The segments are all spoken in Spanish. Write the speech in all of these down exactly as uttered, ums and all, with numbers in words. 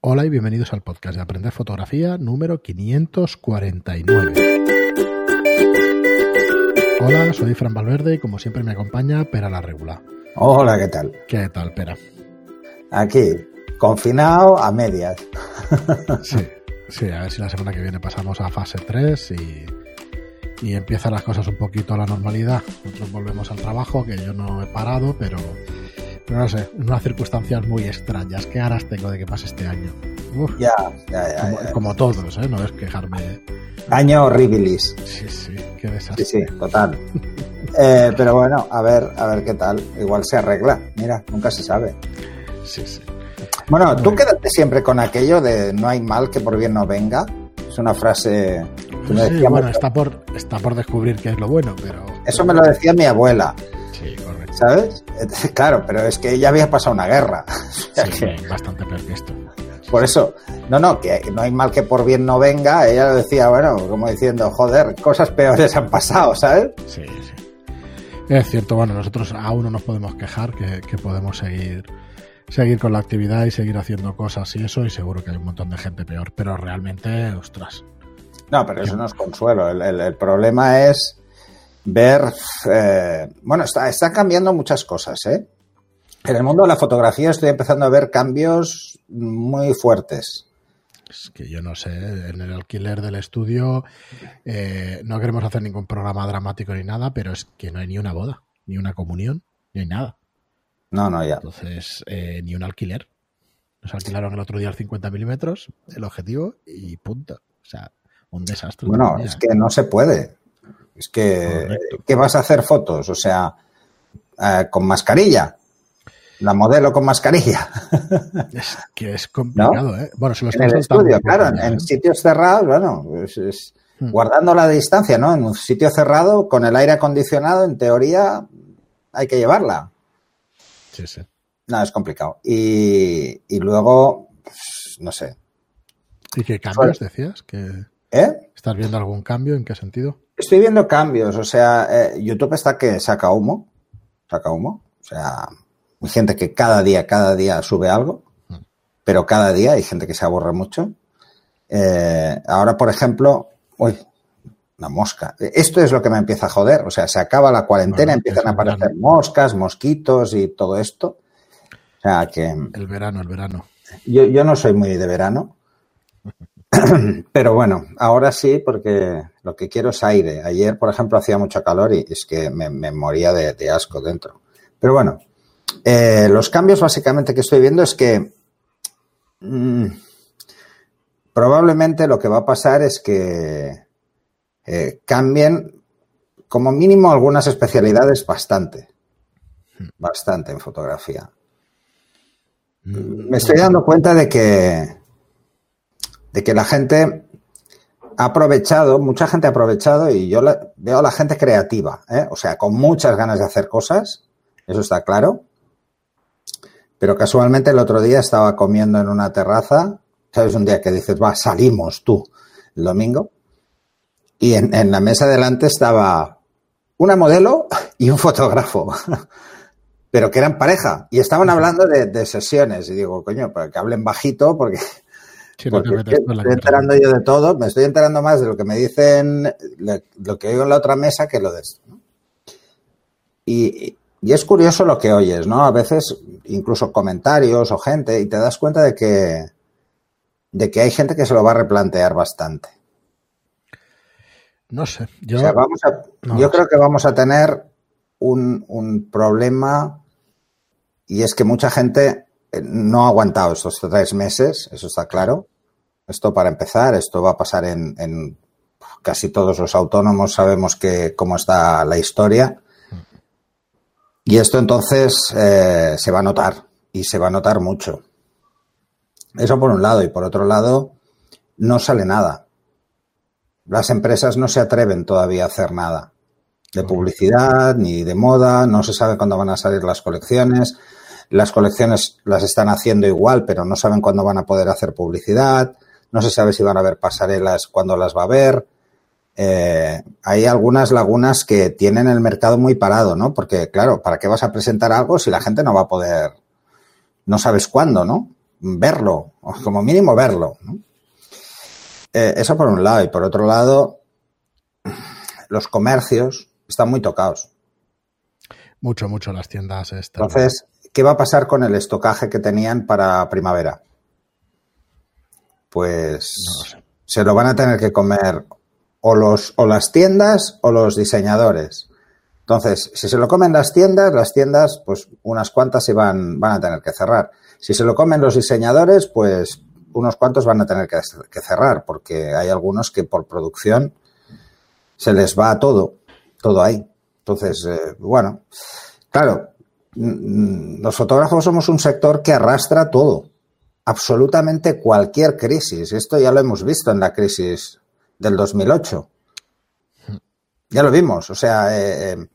Hola y bienvenidos al podcast de Aprender Fotografía número quinientos cuarenta y nueve. Hola, soy Fran Valverde y como siempre me acompaña Pera la Regula. Hola, ¿qué tal? ¿Qué tal, Pera? Aquí, confinado a medias. Sí, sí, a ver si la semana que viene pasamos a fase tres y, y empiezan las cosas un poquito a la normalidad. Nosotros volvemos al trabajo, que yo no he parado, pero... Pero no sé, unas circunstancias muy extrañas. ¿Qué ganas tengo de que pase este año? Uf, ya, ya, ya. Como, ya. como todos, ¿eh? No es quejarme. Año horribilis. Sí, sí, qué desastre. Sí, sí, total. eh, pero bueno, a ver, a ver qué tal. Igual se arregla. Mira, nunca se sabe. Sí, sí. Bueno, Muy tú bien. quédate siempre con aquello de no hay mal que por bien no venga. Es una frase que me Sí, decía bueno, mucho. está por, está por descubrir qué es lo bueno, pero... Eso me lo decía mi abuela, Sí, correcto. ¿sabes? Entonces, claro, pero es que ya había pasado una guerra. O sea Sí, que- bastante peor que esto. Por eso, no, no, que no hay mal que por bien no venga. Ella lo decía, bueno, como diciendo, joder, cosas peores han pasado, ¿sabes? Sí, sí. Es cierto, bueno, nosotros aún no nos podemos quejar, que, que podemos seguir seguir con la actividad y seguir haciendo cosas y eso, y seguro que hay un montón de gente peor, pero realmente, ostras. No, pero eso no es consuelo. El, el- el problema es ver... eh, bueno, está, están cambiando muchas cosas, ¿eh? En el mundo de la fotografía estoy empezando a ver cambios muy fuertes. Es que yo no sé, en el alquiler del estudio eh, no queremos hacer ningún programa dramático ni nada, pero es que no hay ni una boda, ni una comunión, ni hay nada. No, no, ya. Entonces, eh, ni un alquiler. Nos alquilaron el otro día el cincuenta milímetros, el objetivo, y punto. O sea, un desastre. Bueno, todavía, es ¿eh? que no se puede. Es que... Correcto. ¿Qué vas a hacer fotos? O sea, eh, con mascarilla. La modelo con mascarilla. Es que es complicado, ¿eh? Bueno, se lo En están el soltando estudio, un poco claro, en, ya, en ¿eh? sitios cerrados, bueno, pues es, Hmm. guardando la distancia, ¿no? En un sitio cerrado, con el aire acondicionado, en teoría, hay que llevarla. Sí, sí. No, es complicado. Y, y luego, pues, no sé. ¿Y qué cambios decías? ¿Que ¿Eh? ¿Estás viendo algún cambio? ¿En qué sentido? Estoy viendo cambios, o sea, eh, YouTube está que saca humo, saca humo, o sea, hay gente que cada día, cada día sube algo, pero cada día hay gente que se aburre mucho. Eh, ahora, por ejemplo, uy, una mosca. Esto es lo que me empieza a joder, o sea, se acaba la cuarentena, Bueno, empiezan es a el aparecer verano. moscas, mosquitos y todo esto. O sea, que El verano, el verano. yo, yo no soy muy de verano, pero bueno, ahora sí, porque lo que quiero es aire. Ayer, por ejemplo, hacía mucho calor y es que me, me moría de, de asco dentro. Pero bueno, eh, los cambios básicamente que estoy viendo es que mmm, probablemente lo que va a pasar es que eh, cambien como mínimo algunas especialidades bastante, bastante en fotografía. Me estoy dando cuenta de que de que la gente ha aprovechado, mucha gente ha aprovechado y yo la, veo a la gente creativa, ¿eh? O sea, con muchas ganas de hacer cosas, eso está claro. Pero casualmente el otro día estaba comiendo en una terraza, ¿sabes? Un día que dices, va, salimos tú, el domingo, y en, en la mesa delante estaba una modelo y un fotógrafo, pero que eran pareja, y estaban hablando de, de sesiones, y digo, coño, para que hablen bajito, porque... Si no te Porque es metes que tú en la estoy enterando conversación. yo de todo, me estoy enterando más de lo que me dicen, le- lo que oigo en la otra mesa que lo de esto, ¿no? Y, y es curioso lo que oyes, ¿no? A veces incluso comentarios o gente y te das cuenta de que, de que hay gente que se lo va a replantear bastante. No sé. Yo, O sea, vamos a, no yo lo creo sé. que vamos a tener un, un problema y es que mucha gente eh, no ha aguantado estos tres meses, eso está claro. Esto para empezar, esto va a pasar en, en casi todos los autónomos, sabemos que cómo está la historia. Y esto entonces eh, se va a notar, y se va a notar mucho. Eso por un lado, y por otro lado, no sale nada. Las empresas no se atreven todavía a hacer nada de publicidad ni de moda, no se sabe cuándo van a salir las colecciones. Las colecciones las están haciendo igual, pero no saben cuándo van a poder hacer publicidad. No se sabe si van a haber pasarelas, cuándo las va a haber. Eh, hay algunas lagunas que tienen el mercado muy parado, ¿no? Porque, claro, ¿para qué vas a presentar algo si la gente no va a poder, no sabes cuándo, ¿no? verlo, o como mínimo verlo, ¿no? Eh, eso por un lado. Y por otro lado, los comercios están muy tocados. Mucho, mucho las tiendas están. Entonces, ¿qué va a pasar con el estocaje que tenían para primavera? Pues No lo sé. Se lo van a tener que comer o, los, o las tiendas o los diseñadores. Entonces, si se lo comen las tiendas, las tiendas, pues unas cuantas se van, van a tener que cerrar. Si se lo comen los diseñadores, pues unos cuantos van a tener que, que cerrar, porque hay algunos que por producción se les va todo, todo ahí. Entonces, eh, bueno, claro, los fotógrafos somos un sector que arrastra todo, absolutamente cualquier crisis. Esto ya lo hemos visto en la crisis del dos mil ocho. Ya lo vimos, o sea, eh,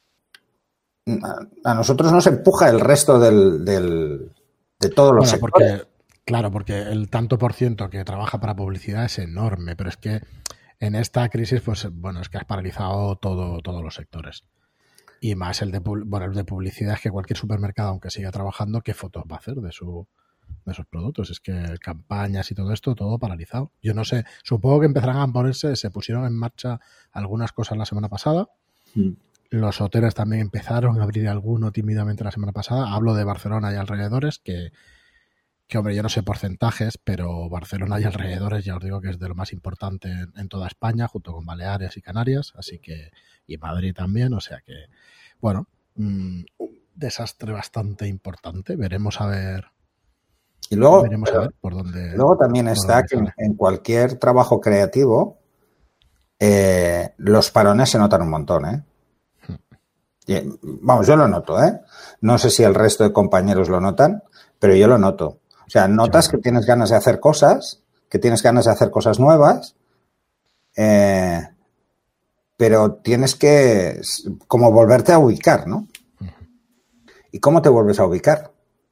a nosotros nos empuja el resto del, del, de todos los bueno, sectores. Porque, claro, porque el tanto por ciento que trabaja para publicidad es enorme, pero es que en esta crisis, pues bueno, es que has paralizado todo, todos los sectores. Y más el de, bueno, el de publicidad, es que cualquier supermercado, aunque siga trabajando, ¿qué fotos va a hacer de su de esos productos? Es que campañas y todo esto, todo paralizado. Yo no sé, supongo que empezarán a ponerse, se pusieron en marcha algunas cosas la semana pasada. Mm. Los hoteles también empezaron a abrir alguno tímidamente la semana pasada. Hablo de Barcelona y alrededores, que, que hombre, yo no sé porcentajes, pero Barcelona y alrededores ya os digo que es de lo más importante en, en toda España, junto con Baleares y Canarias, así que, y Madrid también, o sea que, bueno, mmm, un desastre bastante importante. Veremos a ver. Y luego, veremos a ver por dónde. Luego también está que en, en cualquier trabajo creativo eh, los parones se notan un montón, ¿eh? Hmm. Y, vamos, yo lo noto, ¿eh? No sé si el resto de compañeros lo notan, pero yo lo noto. O sea, notas sí, que tienes ganas de hacer cosas, que tienes ganas de hacer cosas nuevas, eh, pero tienes que como volverte a ubicar, ¿no? Uh-huh. ¿Y cómo te vuelves a ubicar?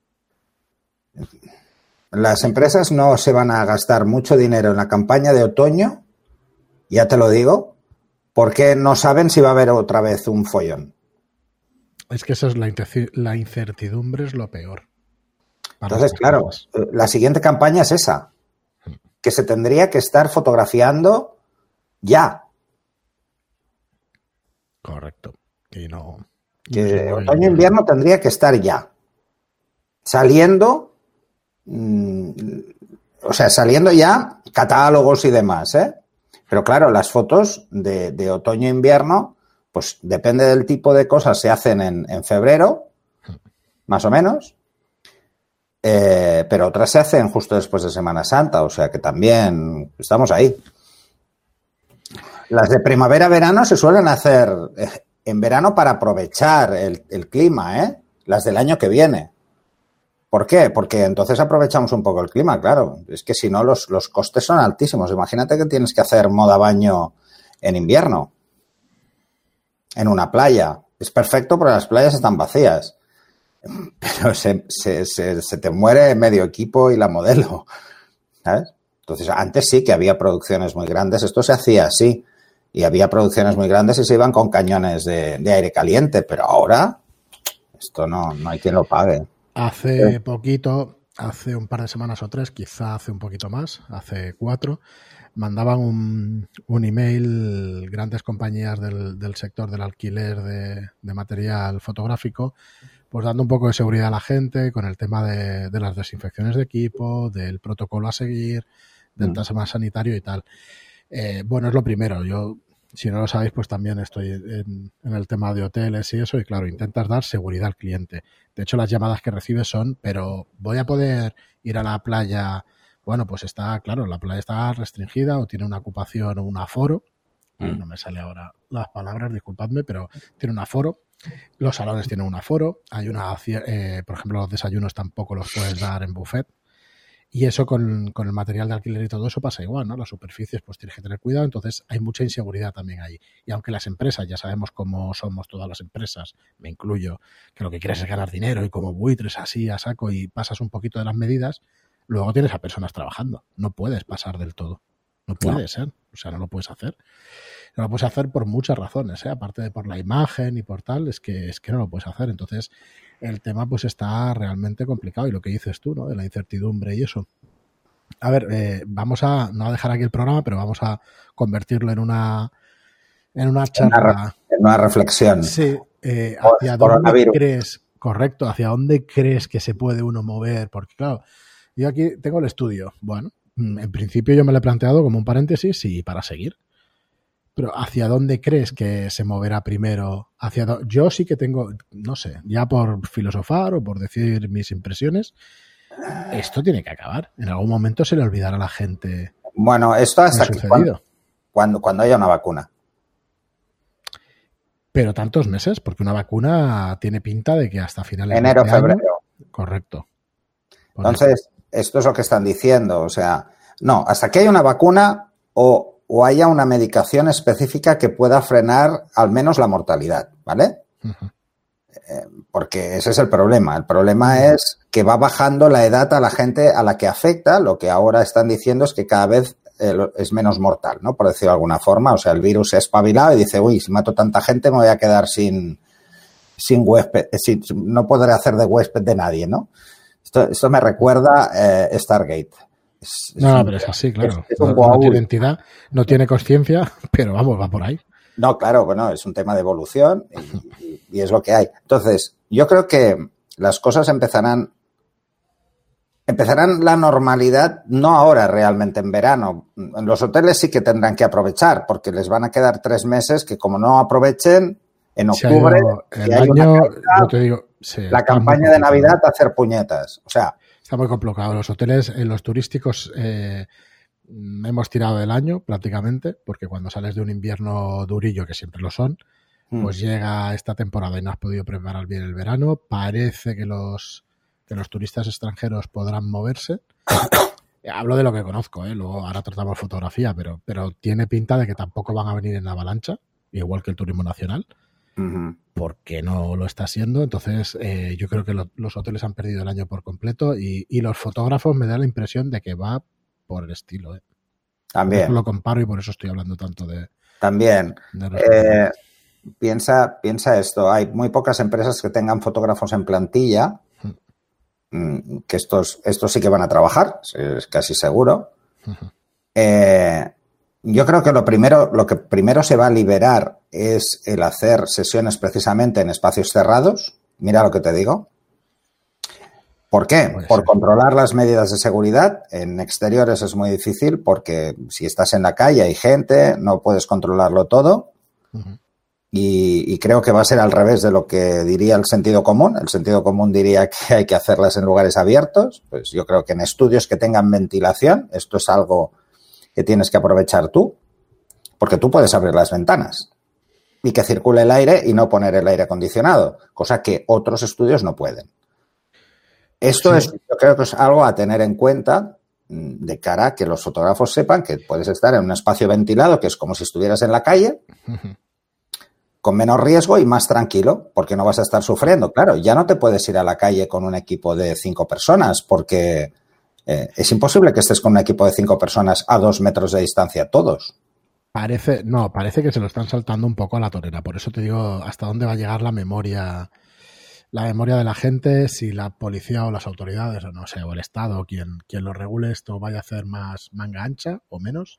Las empresas no se van a gastar mucho dinero en la campaña de otoño, ya te lo digo, porque no saben si va a haber otra vez un follón. Es que eso es la, la incertidumbre, es lo peor. Entonces, claro, cosas. La siguiente campaña es esa, que se tendría que estar fotografiando ya. Correcto. Y no. Que no otoño-invierno tendría que estar ya. Saliendo. O sea, saliendo ya catálogos y demás, ¿eh? Pero claro, las fotos de, de otoño-invierno, pues depende del tipo de cosas, se hacen en, en febrero, más o menos, eh, pero otras se hacen justo después de Semana Santa, o sea que también estamos ahí. Las de primavera-verano se suelen hacer en verano para aprovechar el, el clima, ¿eh? Las del año que viene. ¿Por qué? Porque entonces aprovechamos un poco el clima, claro. Es que si no, los, los costes son altísimos. Imagínate que tienes que hacer moda baño en invierno, en una playa. Es perfecto porque las playas están vacías, pero se, se, se, se te muere medio equipo y la modelo, ¿sabes? Entonces, antes sí que había producciones muy grandes. Esto se hacía así. Y había producciones muy grandes y se iban con cañones de, de aire caliente. Pero ahora, esto no, no hay quien lo pague. Hace poquito, hace un par de semanas o tres, quizá hace un poquito más, hace cuatro, mandaban un, un email grandes compañías del, del sector del alquiler de, de material fotográfico, pues dando un poco de seguridad a la gente con el tema de, de las desinfecciones de equipo, del protocolo a seguir, del mm. tema sanitario y tal. Eh, bueno, es lo primero. Yo, si no lo sabéis, pues también estoy en, en el tema de hoteles y eso, y claro, intentas dar seguridad al cliente. De hecho, las llamadas que recibes son, pero voy a poder ir a la playa. Bueno, pues está, claro, la playa está restringida o tiene una ocupación o un aforo. Mm. No me sale ahora las palabras, disculpadme, pero tiene un aforo. Los salones tienen un aforo. Hay una, eh, por ejemplo, los desayunos tampoco los puedes dar en buffet. Y eso con, con el material de alquiler y todo eso pasa igual, ¿no? Las superficies pues tienes que tener cuidado, entonces hay mucha inseguridad también ahí. Y aunque las empresas, ya sabemos cómo somos todas las empresas, me incluyo, que lo que quieres es ganar dinero y como buitres así a saco y pasas un poquito de las medidas, luego tienes a personas trabajando. No puedes pasar del todo. No puede no. ser. O sea, no lo puedes hacer. No lo puedes hacer por muchas razones, ¿eh? Aparte de por la imagen y por tal, es que, es que no lo puedes hacer. Entonces, el tema pues está realmente complicado. Y lo que dices tú, ¿no? De la incertidumbre y eso. A ver, eh, vamos a no a dejar aquí el programa, pero vamos a convertirlo en una en una charla. En una reflexión. Sí, eh, hacia dónde crees, correcto, hacia dónde crees que se puede uno mover, porque claro, yo aquí tengo el estudio. Bueno, en principio yo me lo he planteado como un paréntesis y para seguir. Pero ¿hacia dónde crees que se moverá primero? Hacia do... Yo sí que tengo, no sé, ya por filosofar o por decir mis impresiones, esto tiene que acabar. En algún momento se le olvidará a la gente. Bueno, esto hasta que cuando, cuando, cuando haya una vacuna. Pero tantos meses, porque una vacuna tiene pinta de que hasta finales enero, de este febrero. Año, correcto. Por Entonces, eso. esto es lo que están diciendo. O sea, no, hasta que haya una vacuna o o haya una medicación específica que pueda frenar al menos la mortalidad, ¿vale? Uh-huh. Eh, porque ese es el problema. El problema uh-huh. es que va bajando la edad a la gente a la que afecta. Lo que ahora están diciendo es que cada vez eh, es menos mortal, ¿no? Por decirlo de alguna forma. O sea, el virus se ha espabilado y dice, uy, si mato tanta gente me voy a quedar sin, sin huésped, sin, no podré hacer de huésped de nadie, ¿no? Esto, esto me recuerda eh, Stargate. Es, es no, un, pero es así, claro. Es, es no, no tiene identidad, no tiene conciencia, pero vamos, va por ahí. No, claro, bueno, es un tema de evolución y, y, y es lo que hay. Entonces, yo creo que las cosas empezarán, empezarán la normalidad, no ahora realmente en verano. En los hoteles sí que tendrán que aprovechar, porque les van a quedar tres meses que como no aprovechen, en octubre, si el año, caída, yo te digo, sí, la campaña de Navidad a hacer puñetas. O sea, está muy complicado. Los hoteles, en los turísticos, eh, hemos tirado del año prácticamente, porque cuando sales de un invierno durillo, que siempre lo son, mm. pues llega esta temporada y no has podido preparar bien el verano. Parece que los, que los turistas extranjeros podrán moverse. Hablo de lo que conozco, ¿eh? Luego ahora tratamos fotografía, pero, pero tiene pinta de que tampoco van a venir en avalancha, igual que el turismo nacional. Uh-huh. Porque no lo está siendo. Entonces eh, yo creo que lo, los hoteles han perdido el año por completo y, y los fotógrafos me da la impresión de que va por el estilo. ¿eh? También. Por eso lo comparo y por eso estoy hablando tanto de... También. De eh, piensa, piensa esto, hay muy pocas empresas que tengan fotógrafos en plantilla, uh-huh. que estos, estos sí que van a trabajar, es casi seguro. Uh-huh. Eh, Yo creo que lo primero, lo que primero se va a liberar es el hacer sesiones precisamente en espacios cerrados. Mira lo que te digo. ¿Por qué? Pues Por sí. controlar las medidas de seguridad. En exteriores es muy difícil porque si estás en la calle hay gente, no puedes controlarlo todo. Uh-huh. Y, y creo que va a ser al revés de lo que diría el sentido común. El sentido común diría que hay que hacerlas en lugares abiertos. Pues yo creo que en estudios que tengan ventilación, esto es algo que tienes que aprovechar tú, porque tú puedes abrir las ventanas y que circule el aire y no poner el aire acondicionado, cosa que otros estudios no pueden. Esto sí. es, yo creo que es algo a tener en cuenta de cara a que los fotógrafos sepan que puedes estar en un espacio ventilado, que es como si estuvieras en la calle, uh-huh. con menos riesgo y más tranquilo, porque no vas a estar sufriendo. Claro, ya no te puedes ir a la calle con un equipo de cinco personas, porque Eh, es imposible que estés con un equipo de cinco personas a dos metros de distancia todos. Parece, no, parece que se lo están saltando un poco a la torera. Por eso te digo hasta dónde va a llegar la memoria, la memoria de la gente, si la policía o las autoridades, o no sé, o el Estado, quien, quien lo regule esto, vaya a hacer más manga ancha o menos.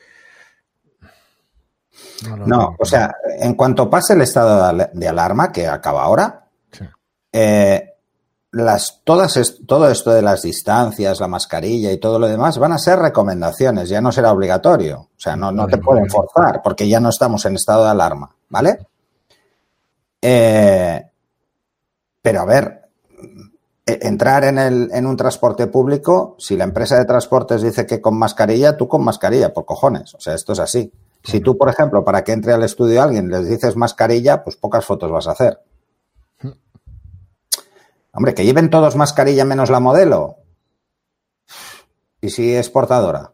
No, lo no o sea, en cuanto pase el estado de alarma, que acaba ahora, sí. eh, Las, todas est- todo esto de las distancias, la mascarilla y todo lo demás van a ser recomendaciones, ya no será obligatorio. O sea, no, no te pueden forzar porque ya no estamos en estado de alarma, ¿vale? Eh, pero a ver, entrar en, el, en un transporte público, si la empresa de transportes dice que con mascarilla, tú con mascarilla, por cojones. O sea, esto es así. Si tú, por ejemplo, para que entre al estudio alguien les dices mascarilla, pues pocas fotos vas a hacer. Hombre, que lleven todos mascarilla menos la modelo. ¿Y si es portadora?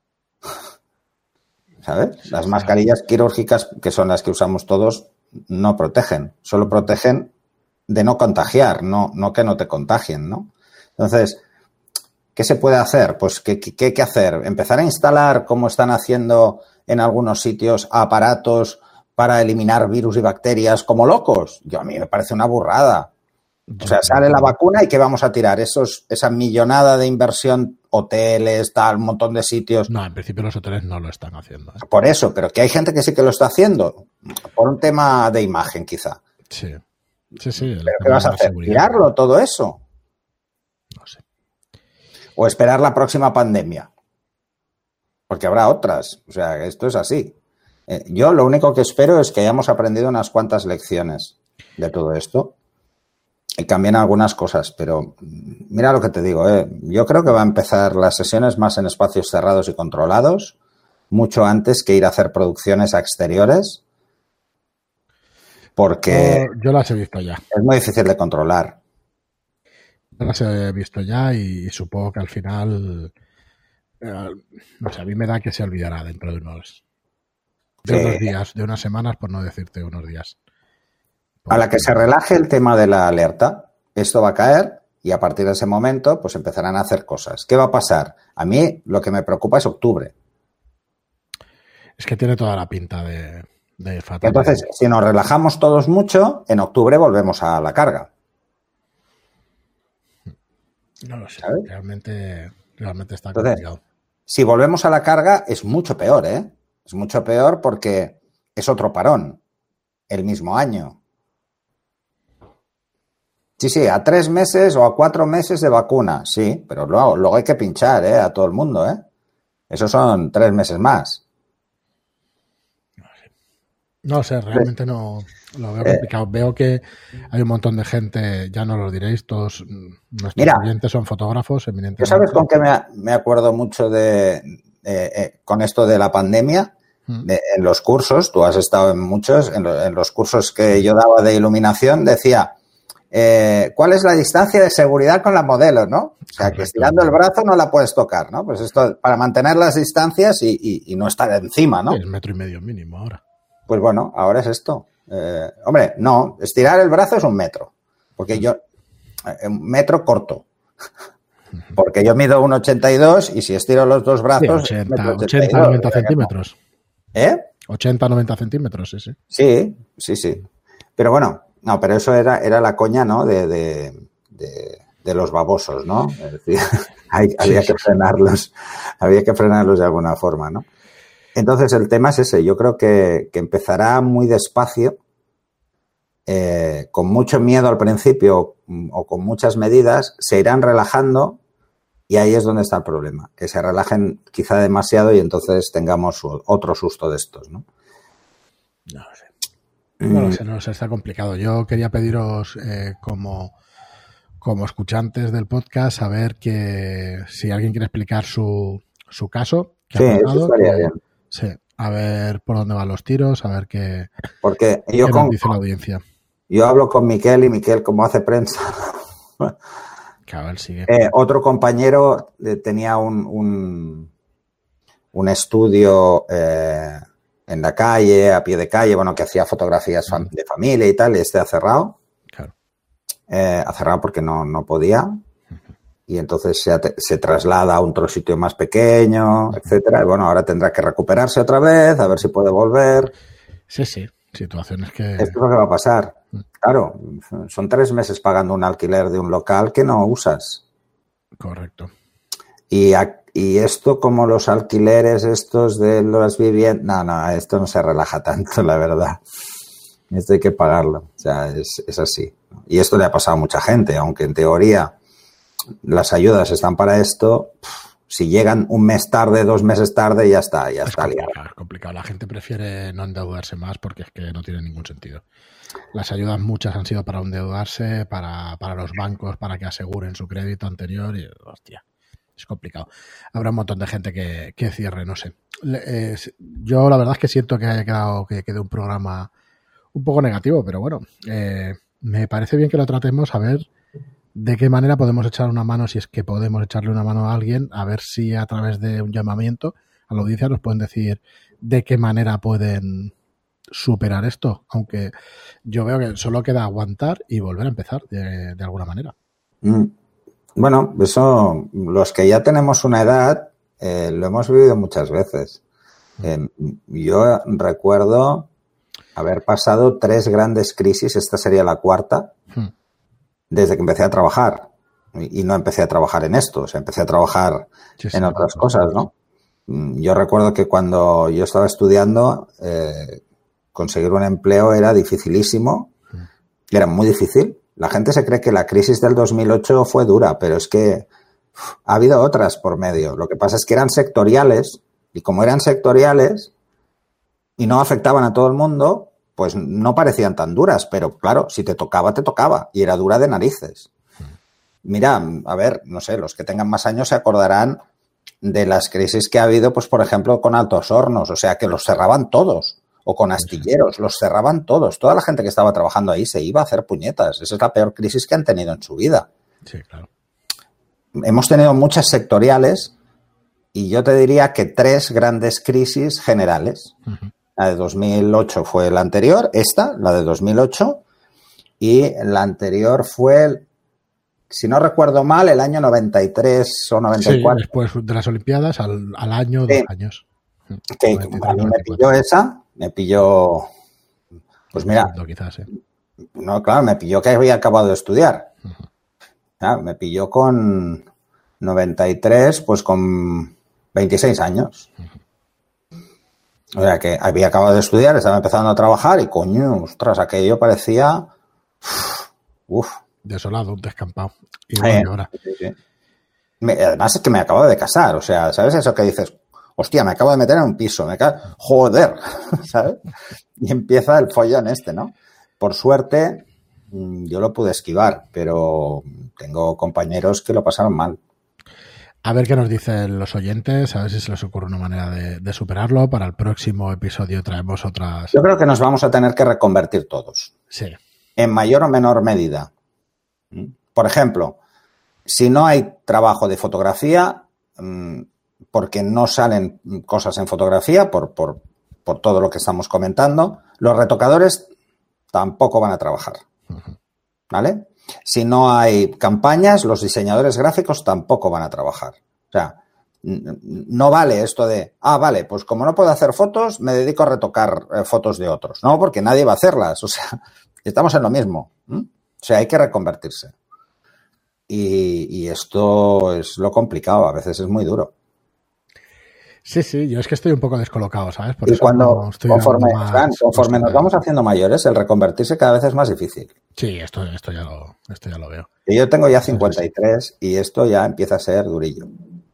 ¿Sabes? Las mascarillas quirúrgicas, que son las que usamos todos, no protegen. Solo protegen de no contagiar, no, no que no te contagien, ¿no? Entonces, ¿qué se puede hacer? Pues, ¿qué, qué, qué hay que hacer? Empezar a instalar, como están haciendo en algunos sitios, aparatos para eliminar virus y bacterias como locos. Yo, a mí me parece una burrada. O sea, sale la vacuna y ¿qué vamos a tirar? Esos, esa millonada de inversión, hoteles, tal, un montón de sitios. No, en principio los hoteles no lo están haciendo. ¿eh? Por eso, pero que hay gente que sí que lo está haciendo. Por un tema de imagen, quizá. Sí, sí, sí. ¿Pero qué vas a hacer? ¿Tirarlo todo eso? No sé. ¿O esperar la próxima pandemia? Porque habrá otras. O sea, esto es así. Eh, yo lo único que espero es que hayamos aprendido unas cuantas lecciones de todo esto. Y cambien algunas cosas, pero mira lo que te digo, ¿eh? Yo creo que va a empezar las sesiones más en espacios cerrados y controlados, mucho antes que ir a hacer producciones a exteriores, porque yo, yo las he visto ya. Es muy difícil de controlar. Yo las he visto ya y, y supongo que al final, eh, no sé, a mí me da que se olvidará dentro de unos, de Sí. unos días, de unas semanas, por no decirte unos días. A la que se relaje el tema de la alerta, esto va a caer y a partir de ese momento pues empezarán a hacer cosas. ¿Qué va a pasar? A mí lo que me preocupa es octubre. Es que tiene toda la pinta de, de fatal. Entonces, si nos relajamos todos mucho, en octubre volvemos a la carga. No lo sé, ¿sabes? realmente, realmente está Entonces, complicado. Si volvemos a la carga es mucho peor, ¿eh? Es mucho peor porque es otro parón el mismo año. Sí, sí, a tres meses o a cuatro meses de vacuna, sí, pero luego, luego hay que pinchar, ¿eh? A todo el mundo, ¿eh? Esos son tres meses más. No sé, realmente no lo veo complicado. Veo que hay un montón de gente, ya no lo diréis, todos nuestros Mira, clientes son fotógrafos, eminentemente. ¿Yo sabes con qué me, me acuerdo mucho de, eh, eh, con esto de la pandemia? Mm. De, en los cursos, tú has estado en muchos, en, lo, en los cursos que yo daba de iluminación, decía, eh, ¿cuál es la distancia de seguridad con la modelo, no? O sea, Correcto. que estirando el brazo no la puedes tocar, ¿no? Pues esto, para mantener las distancias y, y, y no estar encima, ¿no? Sí, es metro y medio mínimo ahora. Pues bueno, ahora es esto. Eh, hombre, no, estirar el brazo es un metro. Porque yo, eh, un metro corto. Porque yo mido uno ochenta y dos y si estiro los dos brazos... Sí, metro ochenta, ochenta y dos, ochenta, noventa o sea que no. centímetros. ¿Eh? ochenta, noventa centímetros, sí, sí. Sí, sí, sí. Pero bueno, no, pero eso era, era la coña, ¿no? De, de, de, de los babosos, ¿no? Es decir, hay, Sí, había sí, que frenarlos, había que frenarlos de alguna forma, ¿no? Entonces el tema es ese, yo creo que, que empezará muy despacio, eh, con mucho miedo al principio o con muchas medidas, se irán relajando y ahí es donde está el problema, que se relajen quizá demasiado y entonces tengamos otro susto de estos, ¿no? No lo sé. No lo sé, no lo sé, está complicado. Yo quería pediros eh, como, como escuchantes del podcast saber que si alguien quiere explicar su, su caso, que Sí, ha eso pasado, estaría que, bien. sí, a ver por dónde van los tiros, a ver qué, Porque qué yo, nos con, dice la audiencia. yo hablo con Miquel y Miquel, como hace prensa, Que a ver, sigue. eh, otro compañero eh, tenía un, un, un estudio eh, en la calle, a pie de calle, bueno, que hacía fotografías fam- de familia y tal, y este ha cerrado. Claro. Eh, ha cerrado porque no, no podía. Y entonces se, ate- se traslada a otro sitio más pequeño, etcétera. Y bueno, ahora tendrá que recuperarse otra vez, a ver si puede volver. Sí, sí, situaciones que... Esto es lo que va a pasar. Claro, son tres meses pagando un alquiler de un local que no usas. Correcto. Y, a- y esto como los alquileres estos de las viviendas... No, no, esto no se relaja tanto, la verdad. Esto hay que pagarlo. O sea, es, es así. Y esto le ha pasado a mucha gente, aunque en teoría las ayudas están para esto. Si llegan un mes tarde, dos meses tarde, ya está, ya Es está liado. complicado, es complicado. La gente prefiere no endeudarse más porque es que no tiene ningún sentido. Las ayudas muchas han sido para endeudarse, para, para los bancos, para que aseguren su crédito anterior y, hostia, es complicado. Habrá un montón de gente que, que cierre, no sé. Le- eh, yo la verdad es que siento que haya quedado, que quede un programa un poco negativo, pero bueno, eh, me parece bien que lo tratemos a ver de qué manera podemos echar una mano, si es que podemos echarle una mano a alguien, a ver si a través de un llamamiento a la audiencia nos pueden decir de qué manera pueden superar esto, aunque yo veo que solo queda aguantar y volver a empezar de, de alguna manera. Mm. Bueno, eso, los que ya tenemos una edad, eh, lo hemos vivido muchas veces. Eh, yo recuerdo haber pasado tres grandes crisis, esta sería la cuarta, Hmm. desde que empecé a trabajar. Y, y no empecé a trabajar en esto, o sea, empecé a trabajar sí, sí, en otras sí, cosas, ¿no? Yo recuerdo que cuando yo estaba estudiando, eh, conseguir un empleo era dificilísimo, era muy difícil. La gente se cree que la crisis del dos mil ocho fue dura, pero es que uf, ha habido otras por medio. Lo que pasa es que eran sectoriales, y como eran sectoriales y no afectaban a todo el mundo, pues no parecían tan duras, pero claro, si te tocaba, te tocaba, y era dura de narices. Mira, a ver, no sé, los que tengan más años se acordarán de las crisis que ha habido, pues por ejemplo, con Altos Hornos, o sea, que los cerraban todos, o con astilleros, los cerraban todos. Toda la gente que estaba trabajando ahí se iba a hacer puñetas. Esa es la peor crisis que han tenido en su vida. Sí, claro. Hemos tenido muchas sectoriales y yo te diría que tres grandes crisis generales. Uh-huh. La de dos mil ocho fue la anterior, esta, la de dos mil ocho, y la anterior fue el si no recuerdo mal, el año noventa y tres o noventa y cuatro. Sí, después de las Olimpiadas, al, al año, sí. dos años. Que a mí me pilló esa, me pilló, pues mira, quizás, ¿eh? No, claro, me pilló que había acabado de estudiar. Uh-huh. ¿Ya? Me pilló con noventa y tres, pues con veintiséis años. Uh-huh. O sea, que había acabado de estudiar, estaba empezando a trabajar y coño, ostras, aquello parecía, uff. Desolado, un descampado. Y sí, ahora. Sí, sí. Me, además es que me acabo de casar, o sea, ¿sabes eso que dices? Hostia, me acabo de meter en un piso, me acabo... joder, ¿sabes? Y empieza el follón este, ¿no? Por suerte, yo lo pude esquivar, pero tengo compañeros que lo pasaron mal. A ver qué nos dicen los oyentes, a ver si se les ocurre una manera de, de superarlo. Para el próximo episodio traemos otras... Yo creo que nos vamos a tener que reconvertir todos. Sí. En mayor o menor medida. Por ejemplo, si no hay trabajo de fotografía, porque no salen cosas en fotografía, por, por, por todo lo que estamos comentando, los retocadores tampoco van a trabajar. ¿Vale? Si no hay campañas, los diseñadores gráficos tampoco van a trabajar. O sea, no vale esto de, ah, vale, pues como no puedo hacer fotos, me dedico a retocar eh, fotos de otros. No, porque nadie va a hacerlas. O sea, estamos en lo mismo. ¿Mm? O sea, hay que reconvertirse. Y, y esto es lo complicado, a veces es muy duro. Sí, sí, yo es que estoy un poco descolocado, ¿sabes? Por y eso cuando, no estoy conforme, Fran, conforme nos vamos haciendo mayores, el reconvertirse cada vez es más difícil. Sí, esto, esto, ya, lo, esto ya lo veo. Y yo tengo ya cincuenta y tres sí, sí. Y esto ya empieza a ser durillo.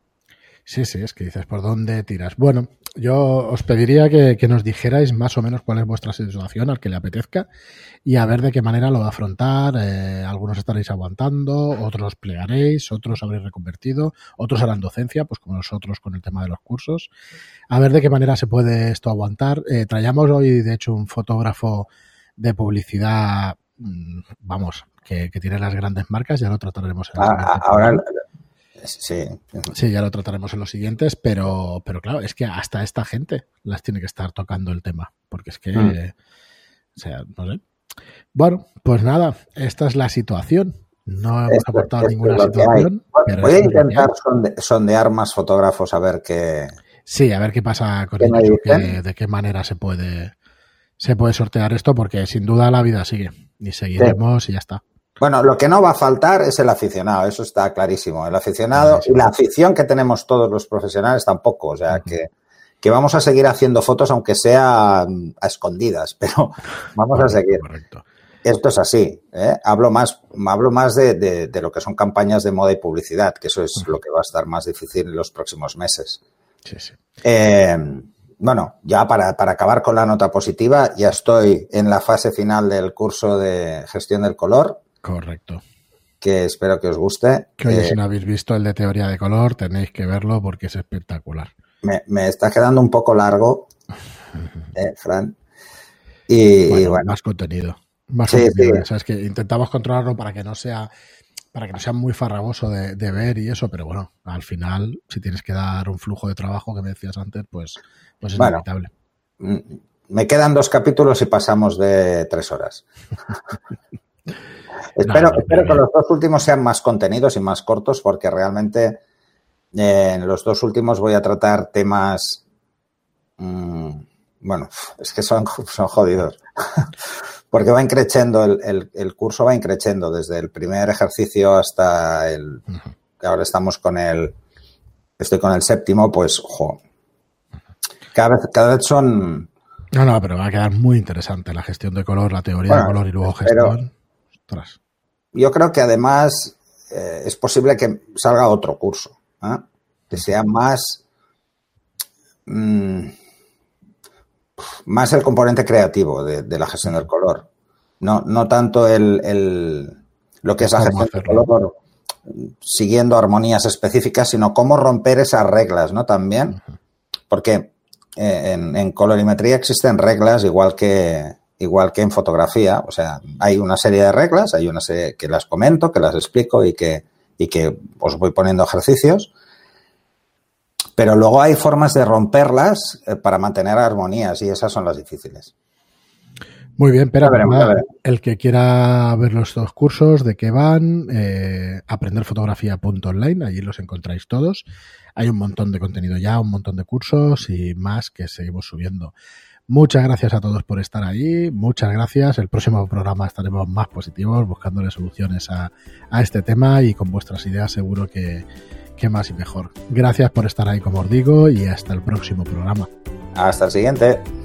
Sí, sí, es que dices, ¿por dónde tiras? Bueno, yo os pediría que, que nos dijerais más o menos cuál es vuestra situación, al que le apetezca, y a ver de qué manera lo va a afrontar. Eh, algunos estaréis aguantando, otros plegaréis, otros habréis reconvertido, otros harán docencia, pues como nosotros con el tema de los cursos. A ver de qué manera se puede esto aguantar. Eh, traíamos hoy, de hecho, un fotógrafo de publicidad, vamos, que, que tiene las grandes marcas, ya lo trataremos en el ah, ahora Sí. Sí, ya lo trataremos en los siguientes, pero, pero claro, es que hasta esta gente las tiene que estar tocando el tema, porque es que, mm. eh, o sea, no sé. Bueno, pues nada, esta es la situación. No hemos esto, aportado esto ninguna situación. Pero voy a intentar sonde, sondear más fotógrafos a ver qué... Sí, a ver qué pasa con ellos, qué, de qué manera se puede, se puede sortear esto, porque sin duda la vida sigue y seguiremos sí. y ya está. Bueno, lo que no va a faltar es el aficionado, eso está clarísimo. El aficionado y la afición que tenemos todos los profesionales tampoco, o sea, uh-huh. que, que vamos a seguir haciendo fotos aunque sea a escondidas, pero vamos correcto, a seguir. Correcto. Esto es así, ¿eh? Hablo más, hablo más de, de, de lo que son campañas de moda y publicidad, que eso es uh-huh. lo que va a estar más difícil en los próximos meses. Sí, sí. Eh, bueno, ya para, para acabar con la nota positiva, ya estoy en la fase final del curso de gestión del color. Correcto. Que espero que os guste. Que oye, eh, si no habéis visto el de teoría de color, tenéis que verlo porque es espectacular. Me, me está quedando un poco largo, eh, Fran. Y bueno, y bueno. Más contenido. Más sí, contenido. Sí. O sea, es que intentamos controlarlo para que no sea para que no sea muy farragoso de, de ver y eso, pero bueno, al final, si tienes que dar un flujo de trabajo que me decías antes, pues, pues es bueno, inevitable. Me quedan dos capítulos y pasamos de tres horas. Espero, no, no, espero que los dos últimos sean más contenidos y más cortos porque realmente eh, en los dos últimos voy a tratar temas mmm, bueno, es que son, son jodidos porque va increciendo, el, el, el curso va increciendo desde el primer ejercicio hasta el, uh-huh. que ahora estamos con el, estoy con el séptimo, pues, ojo, cada vez, cada vez son... No, no, pero va a quedar muy interesante la gestión de color, la teoría bueno, de color y luego gestión. Ostras. Yo creo que además eh, es posible que salga otro curso, ¿eh? que sea más, mmm, más el componente creativo de, de la gestión del color. No, no tanto el, el lo que es la gestión del color siguiendo armonías específicas, sino cómo romper esas reglas, ¿no? También, porque eh, en, en colorimetría existen reglas igual que igual que en fotografía, o sea, hay una serie de reglas, hay una serie que las comento, que las explico y que y que os voy poniendo ejercicios, pero luego hay formas de romperlas eh, para mantener armonías y esas son las difíciles. Muy bien, pero veremos, el que quiera ver los dos cursos, de qué van, eh, aprenderfotografía punto online, allí los encontráis todos. Hay un montón de contenido ya, un montón de cursos y más que seguimos subiendo. Muchas gracias a todos por estar ahí, muchas gracias. El próximo programa estaremos más positivos, buscándole soluciones a, a este tema y con vuestras ideas seguro que, que más y mejor. Gracias por estar ahí, como os digo, y hasta el próximo programa. Hasta el siguiente.